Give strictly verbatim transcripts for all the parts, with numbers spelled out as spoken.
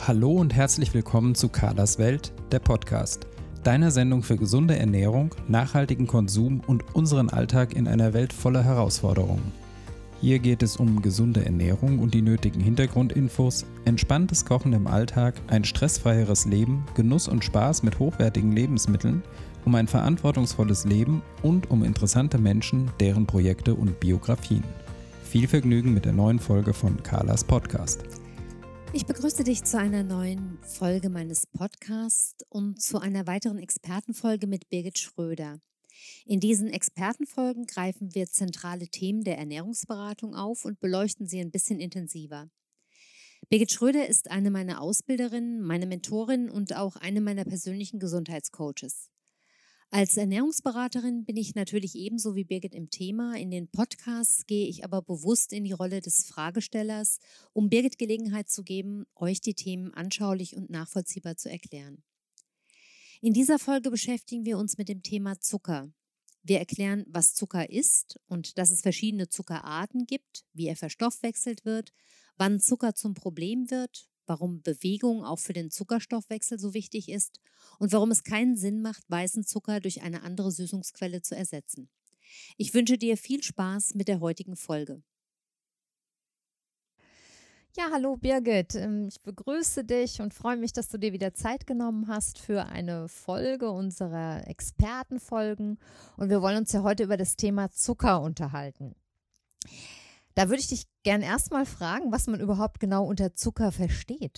Hallo und herzlich willkommen zu Carlas Welt, der Podcast. Deine Sendung für gesunde Ernährung, nachhaltigen Konsum und unseren Alltag in einer Welt voller Herausforderungen. Hier geht es um gesunde Ernährung und die nötigen Hintergrundinfos, entspanntes Kochen im Alltag, ein stressfreieres Leben, Genuss und Spaß mit hochwertigen Lebensmitteln, um ein verantwortungsvolles Leben und um interessante Menschen, deren Projekte und Biografien. Viel Vergnügen mit der neuen Folge von Carlas Podcast. Ich begrüße dich zu einer neuen Folge meines Podcasts und zu einer weiteren Expertenfolge mit Birgit Schröder. In diesen Expertenfolgen greifen wir zentrale Themen der Ernährungsberatung auf und beleuchten sie ein bisschen intensiver. Birgit Schröder ist eine meiner Ausbilderinnen, meine Mentorin und auch eine meiner persönlichen Gesundheitscoaches. Als Ernährungsberaterin bin ich natürlich ebenso wie Birgit im Thema. In den Podcasts gehe ich aber bewusst in die Rolle des Fragestellers, um Birgit Gelegenheit zu geben, euch die Themen anschaulich und nachvollziehbar zu erklären. In dieser Folge beschäftigen wir uns mit dem Thema Zucker. Wir erklären, was Zucker ist und dass es verschiedene Zuckerarten gibt, wie er verstoffwechselt wird, wann Zucker zum Problem wird, warum Bewegung auch für den Zuckerstoffwechsel so wichtig ist und warum es keinen Sinn macht, weißen Zucker durch eine andere Süßungsquelle zu ersetzen. Ich wünsche dir viel Spaß mit der heutigen Folge. Ja, hallo Birgit, ich begrüße dich und freue mich, dass du dir wieder Zeit genommen hast für eine Folge unserer Expertenfolgen und wir wollen uns ja heute über das Thema Zucker unterhalten. Da würde ich dich gern erstmal fragen, was man überhaupt genau unter Zucker versteht.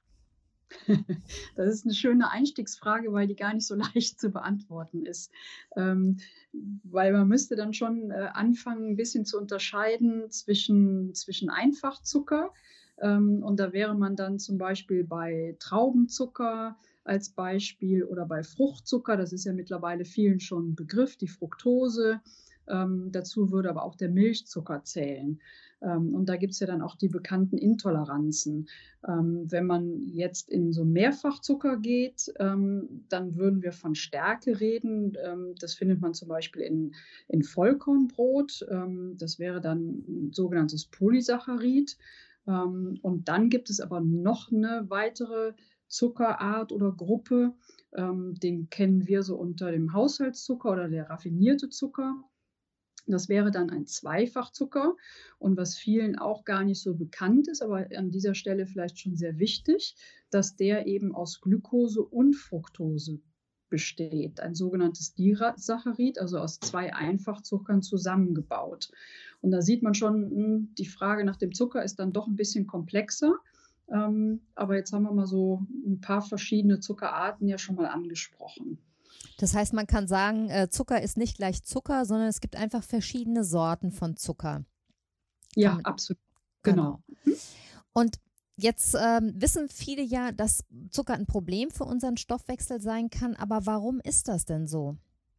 Das ist eine schöne Einstiegsfrage, weil die gar nicht so leicht zu beantworten ist. Ähm, weil man müsste dann schon äh, anfangen, ein bisschen zu unterscheiden zwischen, zwischen Einfachzucker. Ähm, und da wäre man dann zum Beispiel bei Traubenzucker als Beispiel oder bei Fruchtzucker. Das ist ja mittlerweile vielen schon ein Begriff, die Fructose. Ähm, dazu würde aber auch der Milchzucker zählen. Ähm, und da gibt es ja dann auch die bekannten Intoleranzen. Ähm, wenn man jetzt in so Mehrfachzucker geht, ähm, dann würden wir von Stärke reden. Ähm, das findet man zum Beispiel in, in Vollkornbrot. Ähm, das wäre dann ein sogenanntes Polysaccharid. Ähm, und dann gibt es aber noch eine weitere Zuckerart oder Gruppe. Ähm, den kennen wir so unter dem Haushaltszucker oder der raffinierte Zucker. Das wäre dann ein Zweifachzucker und was vielen auch gar nicht so bekannt ist, aber an dieser Stelle vielleicht schon sehr wichtig, dass der eben aus Glucose und Fructose besteht, ein sogenanntes Disaccharid, also aus zwei Einfachzuckern zusammengebaut. Und da sieht man schon, die Frage nach dem Zucker ist dann doch ein bisschen komplexer, aber jetzt haben wir mal so ein paar verschiedene Zuckerarten ja schon mal angesprochen. Das heißt, man kann sagen, Zucker ist nicht gleich Zucker, sondern es gibt einfach verschiedene Sorten von Zucker. Ja, man, absolut. Genau. genau. Und jetzt ähm, wissen viele ja, dass Zucker ein Problem für unseren Stoffwechsel sein kann. Aber warum ist das denn so?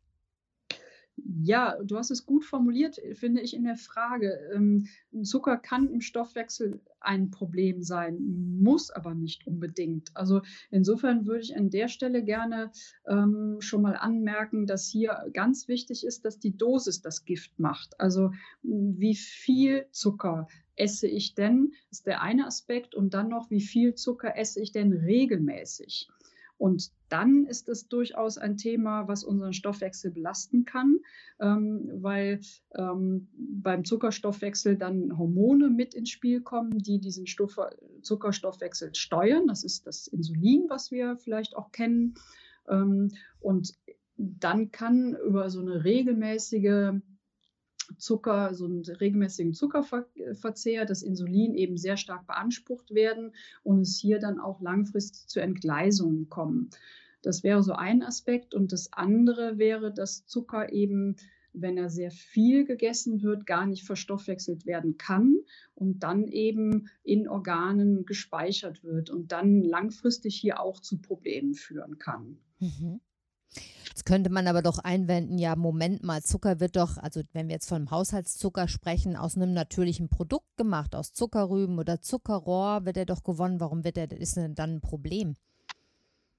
Ja, du hast es gut formuliert, finde ich, in der Frage. Ähm, Zucker kann im Stoffwechsel ein Problem sein, muss aber nicht unbedingt. Also insofern würde ich an der Stelle gerne ähm, schon mal anmerken, dass hier ganz wichtig ist, dass die Dosis das Gift macht. Also wie viel Zucker esse ich denn, ist der eine Aspekt. Und dann noch, wie viel Zucker esse ich denn regelmäßig? Und dann ist es durchaus ein Thema, was unseren Stoffwechsel belasten kann, ähm, weil ähm, beim Zuckerstoffwechsel dann Hormone mit ins Spiel kommen, die diesen Stoff Zuckerstoffwechsel steuern. Das ist das Insulin, was wir vielleicht auch kennen. Ähm, und dann kann über so eine regelmäßige Zucker, so einen regelmäßigen Zuckerverzehr, das Insulin eben sehr stark beansprucht werden und es hier dann auch langfristig zu Entgleisungen kommen. Das wäre so ein Aspekt. Und das andere wäre, dass Zucker eben, wenn er sehr viel gegessen wird, gar nicht verstoffwechselt werden kann und dann eben in Organen gespeichert wird und dann langfristig hier auch zu Problemen führen kann. Mhm. Jetzt könnte man aber doch einwenden, ja, Moment mal, Zucker wird doch, also wenn wir jetzt von Haushaltszucker sprechen, aus einem natürlichen Produkt gemacht, aus Zuckerrüben oder Zuckerrohr wird er doch gewonnen. Warum wird er, ist denn dann ein Problem?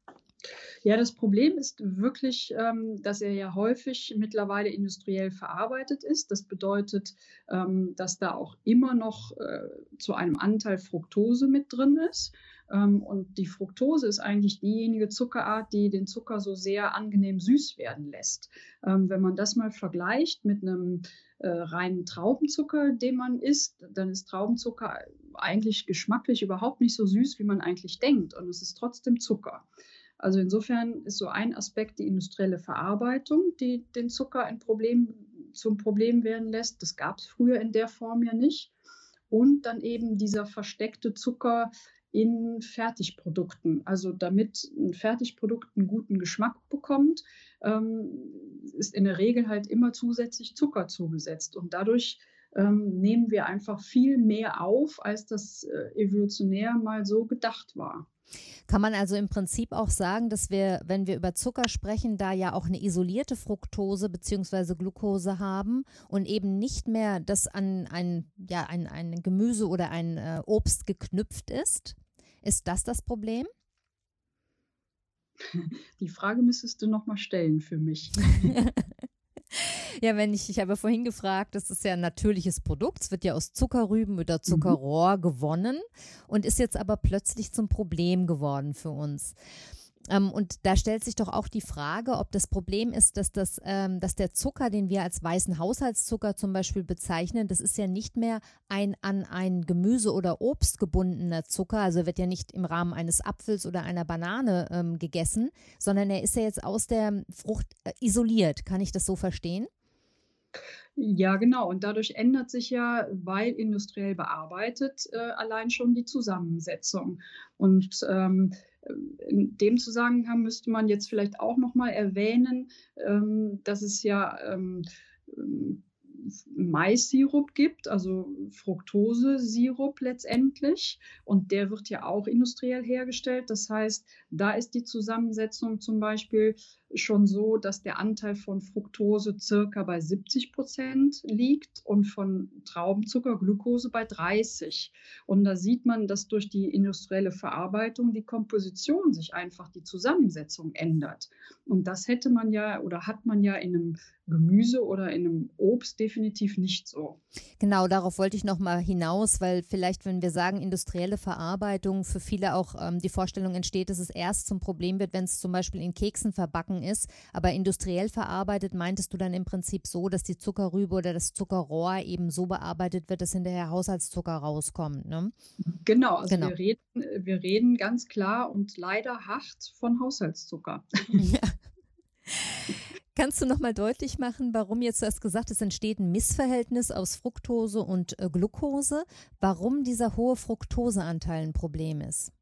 Ja, das Problem ist wirklich, ähm, dass er ja häufig mittlerweile industriell verarbeitet ist. Das bedeutet, ähm, dass da auch immer noch äh, zu einem Anteil Fructose mit drin ist. Ähm, und die Fructose ist eigentlich diejenige Zuckerart, die den Zucker so sehr angenehm süß werden lässt. Ähm, wenn man das mal vergleicht mit einem äh, reinen Traubenzucker, den man isst, dann ist Traubenzucker eigentlich geschmacklich überhaupt nicht so süß, wie man eigentlich denkt. Und es ist trotzdem Zucker. Also insofern ist so ein Aspekt die industrielle Verarbeitung, die den Zucker ein Problem, zum Problem werden lässt. Das gab es früher in der Form ja nicht. Und dann eben dieser versteckte Zucker in Fertigprodukten. Also damit ein Fertigprodukt einen guten Geschmack bekommt, ähm, ist in der Regel halt immer zusätzlich Zucker zugesetzt. Und dadurch ähm, nehmen wir einfach viel mehr auf, als das äh, evolutionär mal so gedacht war. Kann man also im Prinzip auch sagen, dass wir, wenn wir über Zucker sprechen, da ja auch eine isolierte Fructose bzw. Glucose haben und eben nicht mehr das an ein, ja, ein, ein Gemüse oder ein äh, Obst geknüpft ist? Ist das das Problem? Die Frage müsstest du nochmal stellen für mich. Ja, wenn ich, ich habe vorhin gefragt, das ist ja ein natürliches Produkt, es wird ja aus Zuckerrüben oder Zuckerrohr mhm. gewonnen und ist jetzt aber plötzlich zum Problem geworden für uns. Ähm, und da stellt sich doch auch die Frage, ob das Problem ist, dass, das, ähm, dass der Zucker, den wir als weißen Haushaltszucker zum Beispiel bezeichnen, das ist ja nicht mehr ein an ein Gemüse oder Obst gebundener Zucker, also wird ja nicht im Rahmen eines Apfels oder einer Banane ähm, gegessen, sondern er ist ja jetzt aus der Frucht äh, isoliert. Kann ich das so verstehen? Ja, genau. Und dadurch ändert sich ja, weil industriell bearbeitet, äh, allein schon die Zusammensetzung. Und ähm, in dem Zusammenhang müsste man jetzt vielleicht auch noch mal erwähnen, ähm, dass es ja ähm, Mais-Sirup gibt, also Fructose-Sirup letztendlich. Und der wird ja auch industriell hergestellt. Das heißt, da ist die Zusammensetzung zum Beispiel schon so, dass der Anteil von Fructose circa bei siebzig Prozent liegt und von Traubenzucker, Glucose bei dreißig. Und da sieht man, dass durch die industrielle Verarbeitung die Komposition sich einfach, die Zusammensetzung ändert. Und das hätte man ja oder hat man ja in einem Gemüse oder in einem Obst definitiv nicht so. Genau, darauf wollte ich noch mal hinaus, weil vielleicht, wenn wir sagen industrielle Verarbeitung, für viele auch ähm, die Vorstellung entsteht, dass es erst zum Problem wird, wenn es zum Beispiel in Keksen verbacken ist. Aber industriell verarbeitet meintest du dann im Prinzip so, dass die Zuckerrübe oder das Zuckerrohr eben so bearbeitet wird, dass hinterher Haushaltszucker rauskommt, ne? Genau, also genau. Wir, reden, wir reden ganz klar und leider hart von Haushaltszucker. Ja. Kannst du noch mal deutlich machen, warum jetzt, du hast gesagt, es entsteht ein Missverhältnis aus Fructose und äh, Glucose, warum dieser hohe Fructoseanteil ein Problem ist?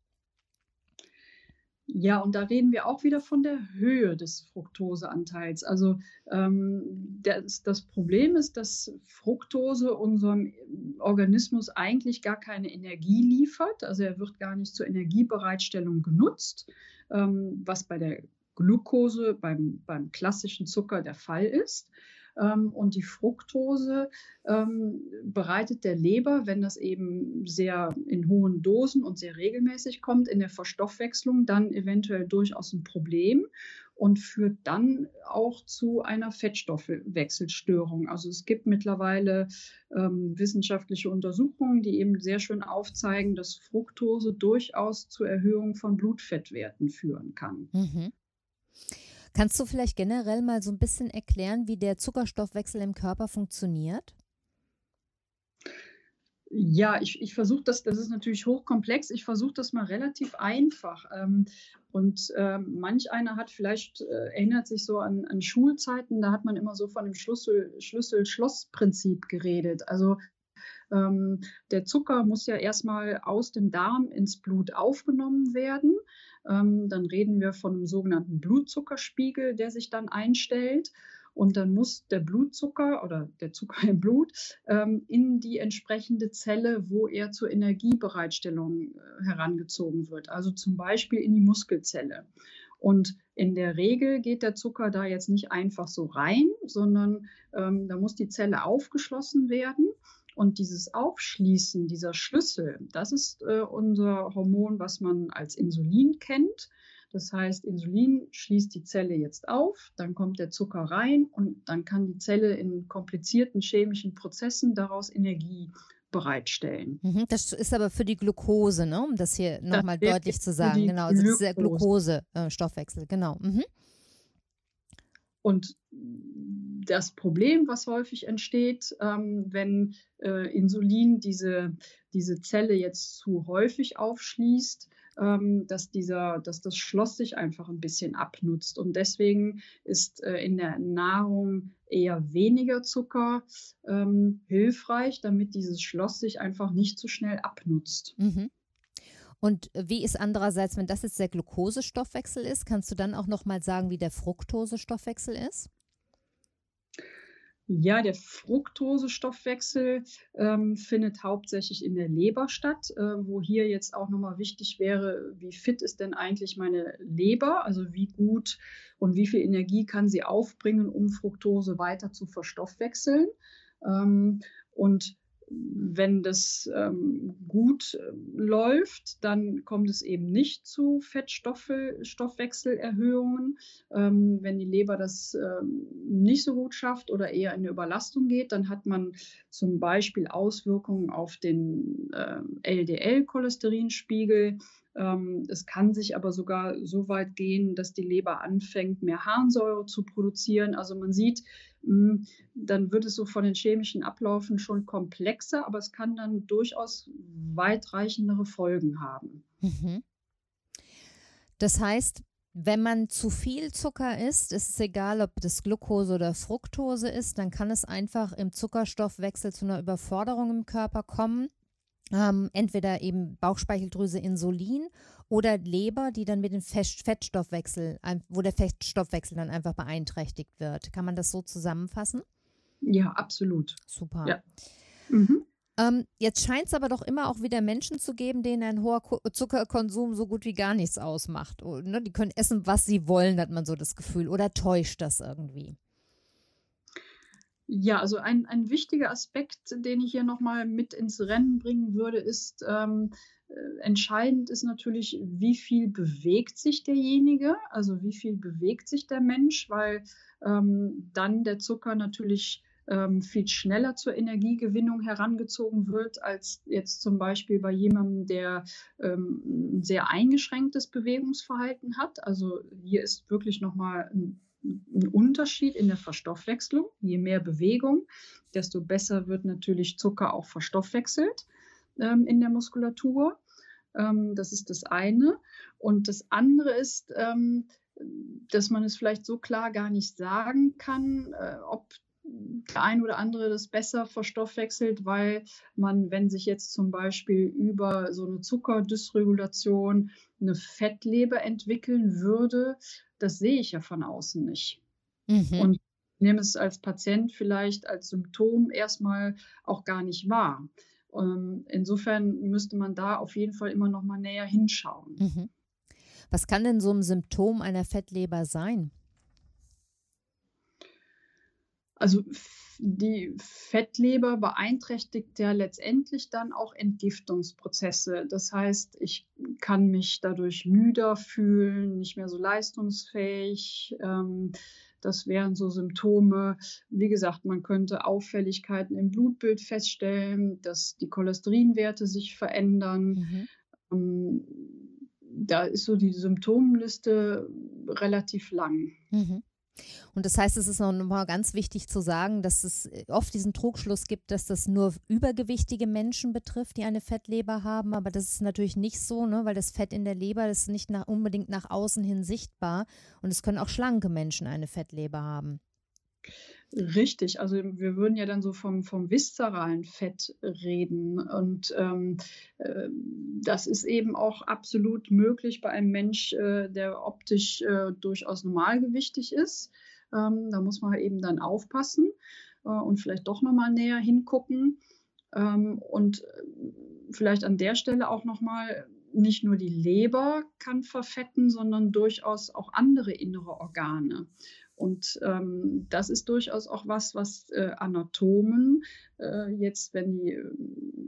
Ja, und da reden wir auch wieder von der Höhe des Fructoseanteils. Also ähm, das, das Problem ist, dass Fructose unserem Organismus eigentlich gar keine Energie liefert. Also er wird gar nicht zur Energiebereitstellung genutzt, ähm, was bei der Glucose, beim, beim klassischen Zucker der Fall ist. Ähm, und die Fructose ähm, bereitet der Leber, wenn das eben sehr in hohen Dosen und sehr regelmäßig kommt, in der Verstoffwechslung dann eventuell durchaus ein Problem und führt dann auch zu einer Fettstoffwechselstörung. Also es gibt mittlerweile ähm, wissenschaftliche Untersuchungen, die eben sehr schön aufzeigen, dass Fructose durchaus zur Erhöhung von Blutfettwerten führen kann. Mhm. Kannst du vielleicht generell mal so ein bisschen erklären, wie der Zuckerstoffwechsel im Körper funktioniert? Ja, ich, ich versuche das, das ist natürlich hochkomplex, ich versuche das mal relativ einfach. Ähm, und äh, manch einer hat vielleicht, äh, erinnert sich so an, an Schulzeiten, da hat man immer so von dem Schlüssel, Schlüssel-Schloss-Prinzip geredet. Also ähm, der Zucker muss ja erstmal aus dem Darm ins Blut aufgenommen werden. Ähm, dann reden wir von einem sogenannten Blutzuckerspiegel, der sich dann einstellt. Und dann muss der Blutzucker oder der Zucker im Blut ähm, in die entsprechende Zelle, wo er zur Energiebereitstellung äh, herangezogen wird. Also zum Beispiel in die Muskelzelle. Und in der Regel geht der Zucker da jetzt nicht einfach so rein, sondern ähm, da muss die Zelle aufgeschlossen werden. Und dieses Aufschließen, dieser Schlüssel, das ist äh, unser Hormon, was man als Insulin kennt. Das heißt, Insulin schließt die Zelle jetzt auf, dann kommt der Zucker rein und dann kann die Zelle in komplizierten chemischen Prozessen daraus Energie bereitstellen. Mhm, das ist aber für die Glucose, ne? Um das hier nochmal deutlich zu sagen. Genau, also das ist der Glucose-Stoffwechsel, genau. Mhm. Und das Problem, was häufig entsteht, ähm, wenn äh, Insulin diese, diese Zelle jetzt zu häufig aufschließt, ähm, dass, dieser, dass das Schloss sich einfach ein bisschen abnutzt. Und deswegen ist äh, in der Nahrung eher weniger Zucker ähm, hilfreich, damit dieses Schloss sich einfach nicht so schnell abnutzt. Mhm. Und wie ist andererseits, wenn das jetzt der Glukosestoffwechsel ist, kannst du dann auch nochmal sagen, wie der Fructosestoffwechsel ist? Ja, der Fructosestoffwechsel ähm, findet hauptsächlich in der Leber statt, äh, wo hier jetzt auch nochmal wichtig wäre, wie fit ist denn eigentlich meine Leber, also wie gut und wie viel Energie kann sie aufbringen, um Fructose weiter zu verstoffwechseln. Ähm, und wenn das ähm, gut äh, läuft, dann kommt es eben nicht zu Fettstoffwechselerhöhungen. Ähm, wenn die Leber das ähm, nicht so gut schafft oder eher in eine Überlastung geht, dann hat man zum Beispiel Auswirkungen auf den äh, L D L-Cholesterinspiegel. Ähm, es kann sich aber sogar so weit gehen, dass die Leber anfängt, mehr Harnsäure zu produzieren. Also man sieht, mh, dann wird es so von den chemischen Abläufen schon komplexer, aber es kann dann durchaus weitreichendere Folgen haben. Mhm. Das heißt, wenn man zu viel Zucker isst, ist es egal, ob das Glucose oder Fructose ist, dann kann es einfach im Zuckerstoffwechsel zu einer Überforderung im Körper kommen. Ähm, entweder eben Bauchspeicheldrüse, Insulin oder Leber, die dann mit dem Fettstoffwechsel, wo der Fettstoffwechsel dann einfach beeinträchtigt wird. Kann man das so zusammenfassen? Ja, absolut. Super. Ja. Mhm. Ähm, jetzt scheint es aber doch immer auch wieder Menschen zu geben, denen ein hoher Ko- Zuckerkonsum so gut wie gar nichts ausmacht. Oh, ne? Die können essen, was sie wollen, hat man so das Gefühl. Oder täuscht das irgendwie? Ja, also ein, ein wichtiger Aspekt, den ich hier nochmal mit ins Rennen bringen würde, ist, ähm, äh, entscheidend ist natürlich, wie viel bewegt sich derjenige, also wie viel bewegt sich der Mensch, weil ähm, dann der Zucker natürlich ähm, viel schneller zur Energiegewinnung herangezogen wird, als jetzt zum Beispiel bei jemandem, der ähm, ein sehr eingeschränktes Bewegungsverhalten hat. Also hier ist wirklich nochmal ein ein Unterschied in der Verstoffwechslung. Je mehr Bewegung, desto besser wird natürlich Zucker auch verstoffwechselt ähm, in der Muskulatur. Ähm, das ist das eine. Und das andere ist, ähm, dass man es vielleicht so klar gar nicht sagen kann, äh, ob der ein oder andere das besser verstoffwechselt, weil man, wenn sich jetzt zum Beispiel über so eine Zuckerdysregulation eine Fettleber entwickeln würde, das sehe ich ja von außen nicht. Mhm. Und ich nehme es als Patient vielleicht als Symptom erstmal auch gar nicht wahr. Ähm, insofern müsste man da auf jeden Fall immer noch mal näher hinschauen. Mhm. Was kann denn so ein Symptom einer Fettleber sein? Also die Fettleber beeinträchtigt ja letztendlich dann auch Entgiftungsprozesse. Das heißt, ich kann mich dadurch müder fühlen, nicht mehr so leistungsfähig. Ähm, das wären so Symptome. Wie gesagt, man könnte Auffälligkeiten im Blutbild feststellen, dass die Cholesterinwerte sich verändern. Mhm. Ähm, da ist so die Symptomliste relativ lang. Mhm. Und das heißt, es ist noch mal ganz wichtig zu sagen, dass es oft diesen Trugschluss gibt, dass das nur übergewichtige Menschen betrifft, die eine Fettleber haben. Aber das ist natürlich nicht so, ne? Weil das Fett in der Leber ist nicht nach, unbedingt nach außen hin sichtbar. Und es können auch schlanke Menschen eine Fettleber haben. Richtig, also wir würden ja dann so vom, vom viszeralen Fett reden und ähm, äh, das ist eben auch absolut möglich bei einem Mensch, äh, der optisch äh, durchaus normalgewichtig ist. Ähm, da muss man eben dann aufpassen äh, und vielleicht doch nochmal näher hingucken ähm, und vielleicht an der Stelle auch nochmal, nicht nur die Leber kann verfetten, sondern durchaus auch andere innere Organe. Und ähm, das ist durchaus auch was, was äh, Anatomen äh, jetzt, wenn die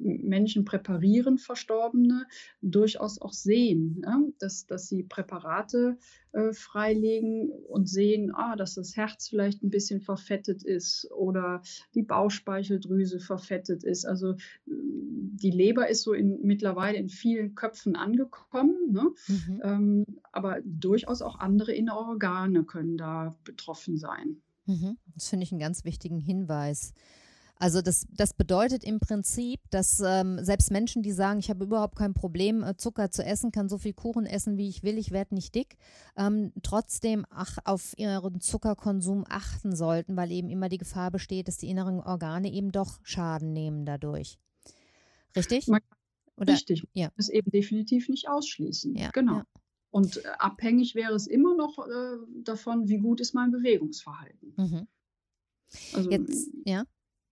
Menschen präparieren, Verstorbene, durchaus auch sehen, ja? dass, dass sie Präparate äh, freilegen und sehen, ah, dass das Herz vielleicht ein bisschen verfettet ist oder die Bauchspeicheldrüse verfettet ist. Also die Leber ist so in, mittlerweile in vielen Köpfen angekommen, ne? Mhm. Ähm, aber durchaus auch andere innere Organe können da betroffen sein. Mhm. Das finde ich einen ganz wichtigen Hinweis. Also das, das bedeutet im Prinzip, dass ähm, selbst Menschen, die sagen, ich habe überhaupt kein Problem, äh, Zucker zu essen, kann so viel Kuchen essen, wie ich will, ich werde nicht dick, ähm, trotzdem ach, auf ihren Zuckerkonsum achten sollten, weil eben immer die Gefahr besteht, dass die inneren Organe eben doch Schaden nehmen dadurch. Richtig? Man, Oder, richtig. Ja. Das eben definitiv nicht ausschließen. Ja, genau. Ja. Und äh, abhängig wäre es immer noch äh, davon, wie gut ist mein Bewegungsverhalten. Mhm. Also, Jetzt, ja.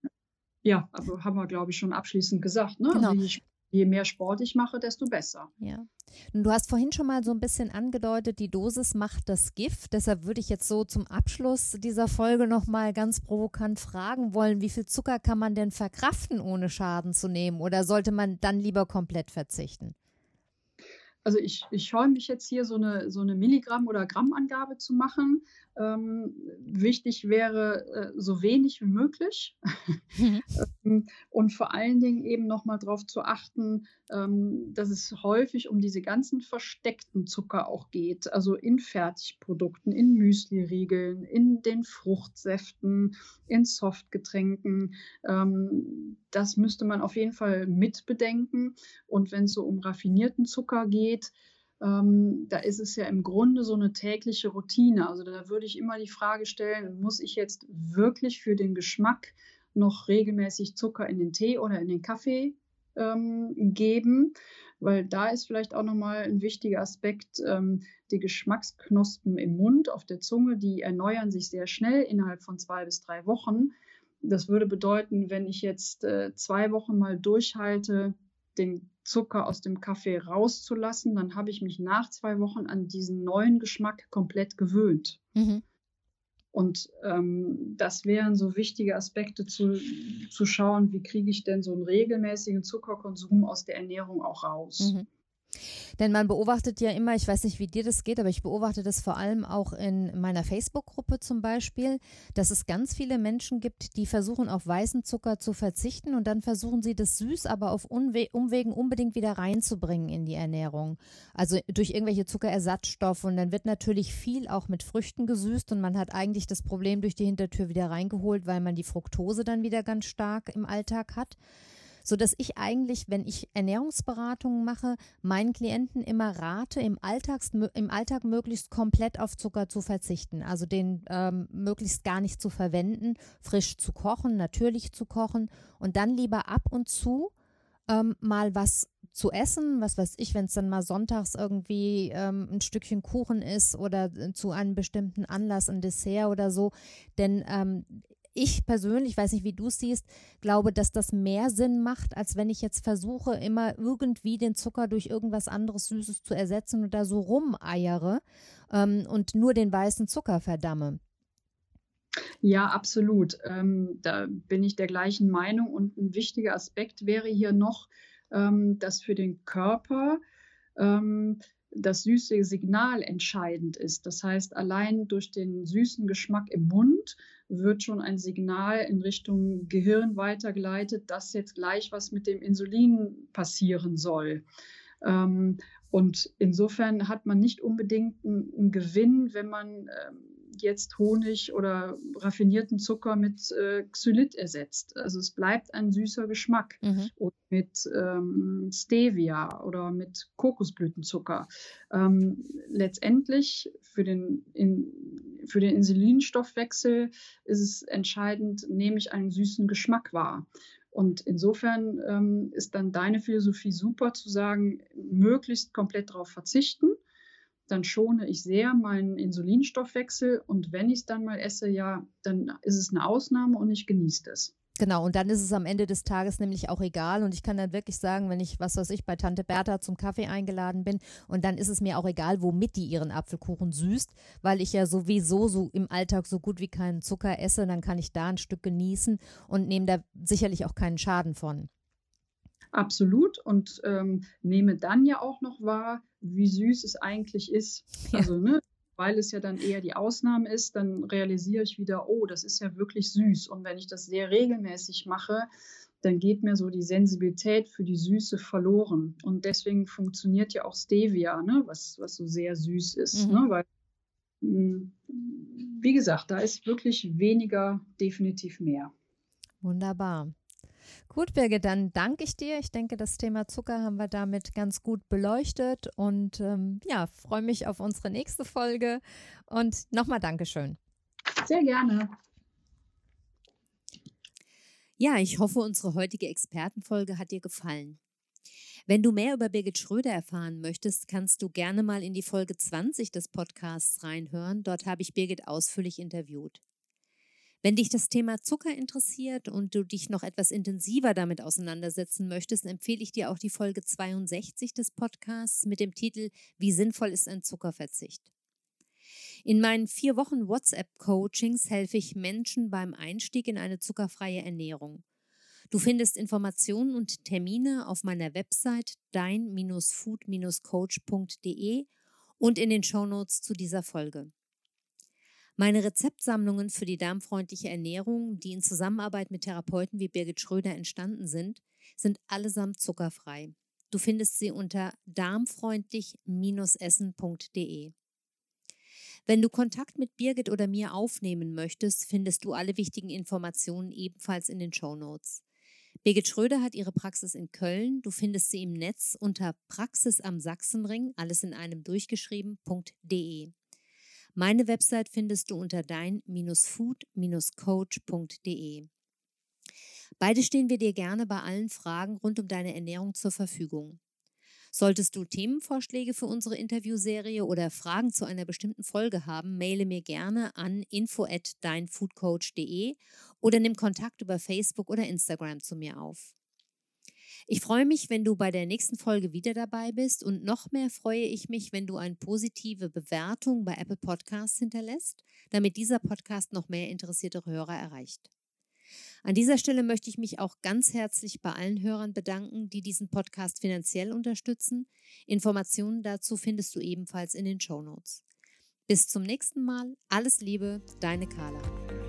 Ja, aber haben wir, glaube ich, schon abschließend gesagt. Ne? Genau. Also je, je mehr Sport ich mache, desto besser. Ja. Und du hast vorhin schon mal so ein bisschen angedeutet, die Dosis macht das Gift. Deshalb würde ich jetzt so zum Abschluss dieser Folge nochmal ganz provokant fragen wollen, wie viel Zucker kann man denn verkraften, ohne Schaden zu nehmen? Oder sollte man dann lieber komplett verzichten? Also ich, ich scheue mich jetzt hier so eine, so eine Milligramm- oder Grammangabe zu machen. Ähm, wichtig wäre äh, so wenig wie möglich ähm, und vor allen Dingen eben nochmal darauf zu achten, ähm, dass es häufig um diese ganzen versteckten Zucker auch geht, also in Fertigprodukten, in Müsliriegeln, in den Fruchtsäften, in Softgetränken. Ähm, das müsste man auf jeden Fall mit bedenken. Und wenn es so um raffinierten Zucker geht, Ähm, da ist es ja im Grunde so eine tägliche Routine. Also da würde ich immer die Frage stellen, muss ich jetzt wirklich für den Geschmack noch regelmäßig Zucker in den Tee oder in den Kaffee ähm, geben? Weil da ist vielleicht auch nochmal ein wichtiger Aspekt, ähm, die Geschmacksknospen im Mund, auf der Zunge, die erneuern sich sehr schnell innerhalb von zwei bis drei Wochen. Das würde bedeuten, wenn ich jetzt äh, zwei Wochen mal durchhalte, den Zucker aus dem Kaffee rauszulassen, dann habe ich mich nach zwei Wochen an diesen neuen Geschmack komplett gewöhnt. Mhm. Und ähm, das wären so wichtige Aspekte zu, zu schauen, wie kriege ich denn so einen regelmäßigen Zuckerkonsum aus der Ernährung auch raus. Mhm. Denn man beobachtet ja immer, ich weiß nicht, wie dir das geht, aber ich beobachte das vor allem auch in meiner Facebook-Gruppe zum Beispiel, dass es ganz viele Menschen gibt, die versuchen auf weißen Zucker zu verzichten und dann versuchen sie das süß, aber auf Unwe- Umwegen unbedingt wieder reinzubringen in die Ernährung. Also durch irgendwelche Zuckerersatzstoffe und dann wird natürlich viel auch mit Früchten gesüßt und man hat eigentlich das Problem durch die Hintertür wieder reingeholt, weil man die Fructose dann wieder ganz stark im Alltag hat. Sodass ich eigentlich, wenn ich Ernährungsberatungen mache, meinen Klienten immer rate, im, Alltags, im Alltag möglichst komplett auf Zucker zu verzichten. Also den ähm, möglichst gar nicht zu verwenden, frisch zu kochen, natürlich zu kochen und dann lieber ab und zu ähm, mal was zu essen, was weiß ich, wenn es dann mal sonntags irgendwie ähm, ein Stückchen Kuchen ist oder zu einem bestimmten Anlass ein Dessert oder so, denn ähm, ich persönlich, weiß nicht, wie du es siehst, glaube, dass das mehr Sinn macht, als wenn ich jetzt versuche, immer irgendwie den Zucker durch irgendwas anderes Süßes zu ersetzen und da so rumeiere ähm, und nur den weißen Zucker verdamme. Ja, absolut. Ähm, da bin ich der gleichen Meinung. Und ein wichtiger Aspekt wäre hier noch, ähm, dass für den Körper ähm, das süße Signal entscheidend ist. Das heißt, allein durch den süßen Geschmack im Mund wird schon ein Signal in Richtung Gehirn weitergeleitet, dass jetzt gleich was mit dem Insulin passieren soll. Ähm, und insofern hat man nicht unbedingt einen, einen Gewinn, wenn man ähm, jetzt Honig oder raffinierten Zucker mit äh, Xylit ersetzt. Also es bleibt ein süßer Geschmack. Mhm. Oder mit ähm, Stevia oder mit Kokosblütenzucker. Ähm, letztendlich für den, in, für den Insulinstoffwechsel ist es entscheidend, nehme ich einen süßen Geschmack wahr. Und insofern ähm, ist dann deine Philosophie super zu sagen, möglichst komplett darauf verzichten. Dann schone ich sehr meinen Insulinstoffwechsel und wenn ich es dann mal esse, ja, dann ist es eine Ausnahme und ich genieße es. Genau, und dann ist es am Ende des Tages nämlich auch egal und ich kann dann wirklich sagen, wenn ich, was weiß ich, bei Tante Bertha zum Kaffee eingeladen bin und dann ist es mir auch egal, womit die ihren Apfelkuchen süßt, weil ich ja sowieso so im Alltag so gut wie keinen Zucker esse, dann kann ich da ein Stück genießen und nehme da sicherlich auch keinen Schaden von. Absolut und ähm, nehme dann ja auch noch wahr, wie süß es eigentlich ist. Ja. Also, ne, weil es ja dann eher die Ausnahme ist, dann realisiere ich wieder, oh, das ist ja wirklich süß. Und wenn ich das sehr regelmäßig mache, dann geht mir so die Sensibilität für die Süße verloren. Und deswegen funktioniert ja auch Stevia, ne, was, was so sehr süß ist. Mhm. Ne, weil, mh, wie gesagt, da ist wirklich weniger definitiv mehr. Wunderbar. Gut, Birgit, dann danke ich dir. Ich denke, das Thema Zucker haben wir damit ganz gut beleuchtet und ähm, ja, freue mich auf unsere nächste Folge und nochmal Dankeschön. Sehr gerne. Ja, ich hoffe, unsere heutige Expertenfolge hat dir gefallen. Wenn du mehr über Birgit Schröder erfahren möchtest, kannst du gerne mal in die Folge zwanzig des Podcasts reinhören. Dort habe ich Birgit ausführlich interviewt. Wenn dich das Thema Zucker interessiert und du dich noch etwas intensiver damit auseinandersetzen möchtest, empfehle ich dir auch die Folge zweiundsechzig des Podcasts mit dem Titel »Wie sinnvoll ist ein Zuckerverzicht?« In meinen vier Wochen WhatsApp-Coachings helfe ich Menschen beim Einstieg in eine zuckerfreie Ernährung. Du findest Informationen und Termine auf meiner Website dein Food Coach punkt de und in den Shownotes zu dieser Folge. Meine Rezeptsammlungen für die darmfreundliche Ernährung, die in Zusammenarbeit mit Therapeuten wie Birgit Schröder entstanden sind, sind allesamt zuckerfrei. Du findest sie unter darmfreundlich essen punkt de. Wenn du Kontakt mit Birgit oder mir aufnehmen möchtest, findest du alle wichtigen Informationen ebenfalls in den Shownotes. Birgit Schröder hat ihre Praxis in Köln. Du findest sie im Netz unter Praxis am Sachsenring, alles in einem durchgeschrieben, .de. Meine Website findest du unter dein Food Coach punkt de. Beide stehen wir dir gerne bei allen Fragen rund um deine Ernährung zur Verfügung. Solltest du Themenvorschläge für unsere Interviewserie oder Fragen zu einer bestimmten Folge haben, maile mir gerne an info at dein food coach punkt de oder nimm Kontakt über Facebook oder Instagram zu mir auf. Ich freue mich, wenn du bei der nächsten Folge wieder dabei bist und noch mehr freue ich mich, wenn du eine positive Bewertung bei Apple Podcasts hinterlässt, damit dieser Podcast noch mehr interessierte Hörer erreicht. An dieser Stelle möchte ich mich auch ganz herzlich bei allen Hörern bedanken, die diesen Podcast finanziell unterstützen. Informationen dazu findest du ebenfalls in den Shownotes. Bis zum nächsten Mal. Alles Liebe, deine Carla.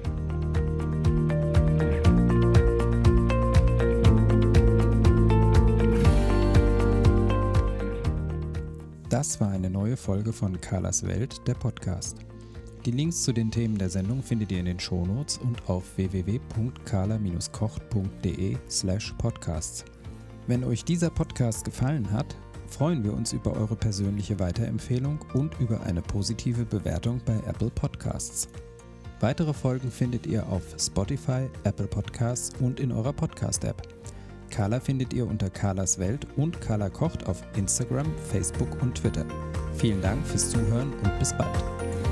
Das war eine neue Folge von Carlas Welt, der Podcast. Die Links zu den Themen der Sendung findet ihr in den Shownotes und auf w w w punkt carla kocht punkt de slash podcasts. Wenn euch dieser Podcast gefallen hat, freuen wir uns über eure persönliche Weiterempfehlung und über eine positive Bewertung bei Apple Podcasts. Weitere Folgen findet ihr auf Spotify, Apple Podcasts und in eurer Podcast-App. Carla findet ihr unter Carlas Welt und Carla kocht auf Instagram, Facebook und Twitter. Vielen Dank fürs Zuhören und bis bald.